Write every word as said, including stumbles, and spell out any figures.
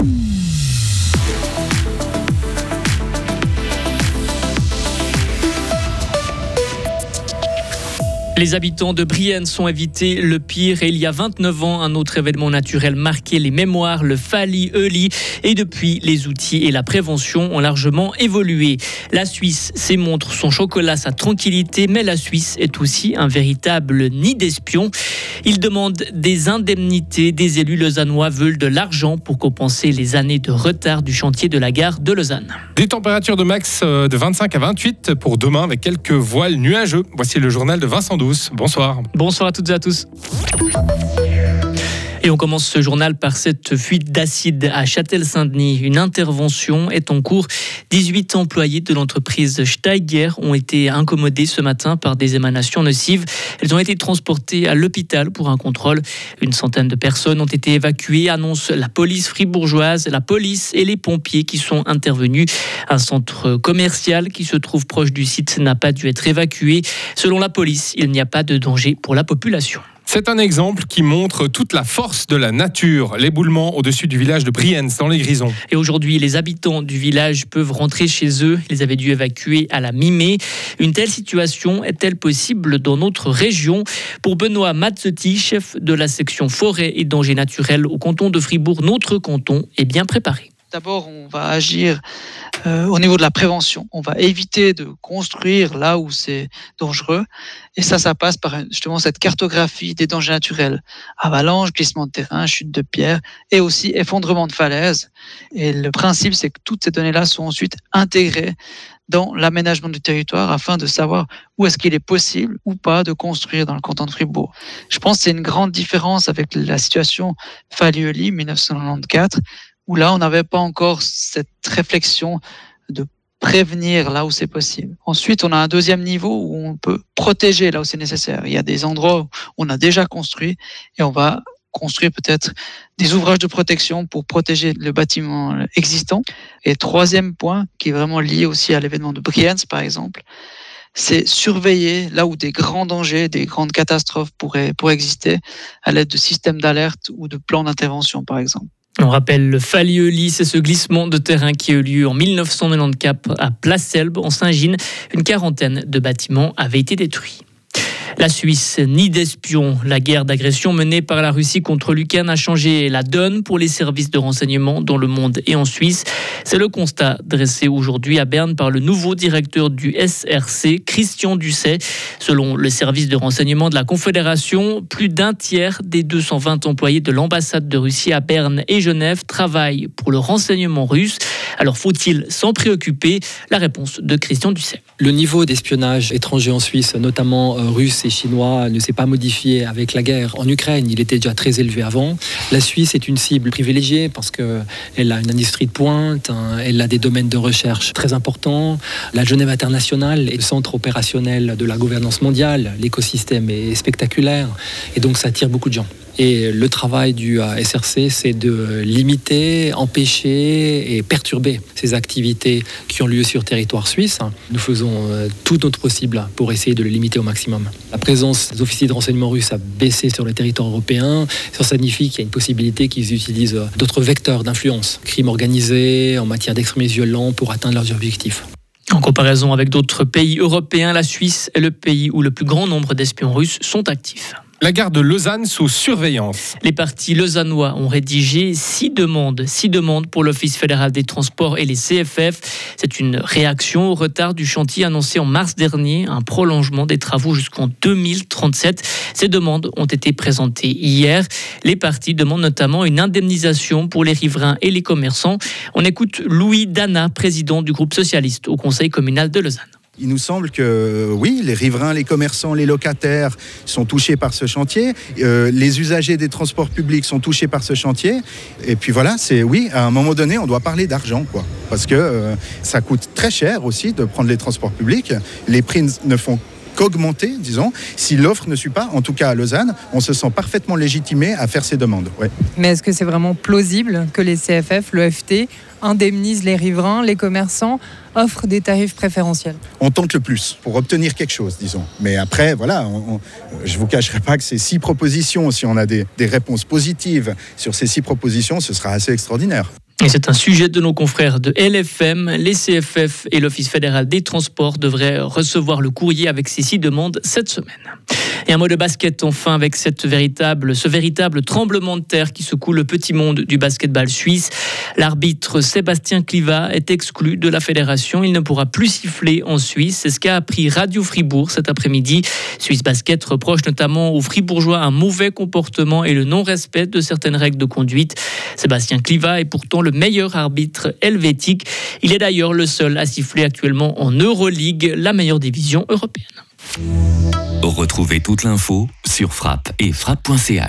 Les habitants de Brienne sont évités le pire et il y a vingt-neuf ans, un autre événement naturel marquait les mémoires, le Fali-Euli. Et depuis, les outils et la prévention ont largement évolué. La Suisse s'émontre son chocolat, sa tranquillité, mais la Suisse est aussi un véritable nid d'espions. Ils demandent des indemnités. Des élus lausannois veulent de l'argent pour compenser les années de retard du chantier de la gare de Lausanne. Des températures de max de vingt-cinq à vingt-huit pour demain avec quelques voiles nuageux. Voici le journal de Vincent Douce. Bonsoir. Bonsoir à toutes et à tous. Et on commence ce journal par cette fuite d'acide à Châtel-Saint-Denis. Une intervention est en cours. dix-huit employés de l'entreprise Steiger ont été incommodés ce matin par des émanations nocives. Elles ont été transportées à l'hôpital pour un contrôle. Une centaine de personnes ont été évacuées, annonce la police fribourgeoise, la police et les pompiers qui sont intervenus. Un centre commercial qui se trouve proche du site n'a pas dû être évacué. Selon la police, il n'y a pas de danger pour la population. C'est un exemple qui montre toute la force de la nature. L'éboulement au-dessus du village de Brienne, dans les Grisons. Et aujourd'hui, les habitants du village peuvent rentrer chez eux. Ils avaient dû évacuer à la mi-mai. Une telle situation est-elle possible dans notre région ? Pour Benoît Mazzetti, chef de la section forêt et dangers naturels au canton de Fribourg, notre canton est bien préparé. D'abord, on va agir euh, au niveau de la prévention. On va éviter de construire là où c'est dangereux. Et ça, ça passe par justement cette cartographie des dangers naturels. Avalanche, glissement de terrain, chute de pierre et aussi effondrement de falaise. Et le principe, c'est que toutes ces données-là sont ensuite intégrées dans l'aménagement du territoire afin de savoir où est-ce qu'il est possible ou pas de construire dans le canton de Fribourg. Je pense que c'est une grande différence avec la situation Fali-Euli dix-neuf cent quatre-vingt-quatorze, où là, on n'avait pas encore cette réflexion de prévenir là où c'est possible. Ensuite, on a un deuxième niveau où on peut protéger là où c'est nécessaire. Il y a des endroits où on a déjà construit et on va construire peut-être des ouvrages de protection pour protéger le bâtiment existant. Et troisième point, qui est vraiment lié aussi à l'événement de Brienz, par exemple, c'est surveiller là où des grands dangers, des grandes catastrophes pourraient, pourraient exister à l'aide de systèmes d'alerte ou de plans d'intervention, par exemple. On rappelle le Fali-Euli, c'est ce glissement de terrain qui a eu lieu en dix-neuf cent quatre-vingt-quatorze à Place-Elbe, en Saint-Gine. Une quarantaine de bâtiments avaient été détruits. La Suisse, nid d'espions. La guerre d'agression menée par la Russie contre l'Ukraine a changé la donne pour les services de renseignement dans le monde et en Suisse. C'est le constat dressé aujourd'hui à Berne par le nouveau directeur du S R C, Christian Dusset. Selon le service de renseignement de la Confédération, plus d'un tiers des deux cent vingt employés de l'ambassade de Russie à Berne et Genève travaillent pour le renseignement russe. Alors faut-il s'en préoccuper ? La réponse de Christian Dusset. Le niveau d'espionnage étranger en Suisse, notamment euh, russe et chinois, ne s'est pas modifié avec la guerre en Ukraine. Il était déjà très élevé avant. La Suisse est une cible privilégiée parce qu'elle a une industrie de pointe, hein, elle a des domaines de recherche très importants. La Genève internationale est le centre opérationnel de la gouvernance mondiale. L'écosystème est spectaculaire et donc ça attire beaucoup de gens. Et le travail du S R C, c'est de limiter, empêcher et perturber ces activités qui ont lieu sur le territoire suisse. Nous faisons tout notre possible pour essayer de les limiter au maximum. La présence des officiers de renseignement russes a baissé sur le territoire européen. Ça signifie qu'il y a une possibilité qu'ils utilisent d'autres vecteurs d'influence, crimes organisés en matière d'extrémisme violent pour atteindre leurs objectifs. En comparaison avec d'autres pays européens, la Suisse est le pays où le plus grand nombre d'espions russes sont actifs. La gare de Lausanne sous surveillance. Les partis lausannois ont rédigé six demandes, six demandes pour l'Office fédéral des transports et les C F F. C'est une réaction au retard du chantier annoncé en mars dernier, un prolongement des travaux jusqu'en deux mille trente-sept. Ces demandes ont été présentées hier. Les partis demandent notamment une indemnisation pour les riverains et les commerçants. On écoute Louis Dana, président du groupe socialiste au conseil communal de Lausanne. Il nous semble que, oui, les riverains, les commerçants, les locataires sont touchés par ce chantier. Euh, les usagers des transports publics sont touchés par ce chantier. Et puis voilà, c'est oui, à un moment donné, on doit parler d'argent, quoi. Parce que euh, ça coûte très cher aussi de prendre les transports publics. Les prix ne font qu'augmenter, disons. Si l'offre ne suit pas, en tout cas à Lausanne, on se sent parfaitement légitimé à faire ces demandes. Ouais. Mais est-ce que c'est vraiment plausible que les C F F, l'E F T, indemnisent les riverains, les commerçants, offrent des tarifs préférentiels ? On tente le plus pour obtenir quelque chose, disons. Mais après, voilà, on, on, je ne vous cacherai pas que ces six propositions, si on a des, des réponses positives sur ces six propositions, ce sera assez extraordinaire. Et c'est un sujet de nos confrères de L F M. Les C F F et l'Office fédéral des transports devraient recevoir le courrier avec ces six demandes cette semaine. Et un mot de basket enfin avec cette véritable, ce véritable tremblement de terre qui secoue le petit monde du basketball suisse. L'arbitre Sébastien Kliva est exclu de la fédération. Il ne pourra plus siffler en Suisse. C'est ce qu'a appris Radio Fribourg cet après-midi. Suisse Basket reproche notamment aux Fribourgeois un mauvais comportement et le non-respect de certaines règles de conduite. Sébastien Kliva est pourtant le meilleur arbitre helvétique. Il est d'ailleurs le seul à siffler actuellement en Euroleague, la meilleure division européenne. Retrouvez toute l'info sur frappe et frappe point c h.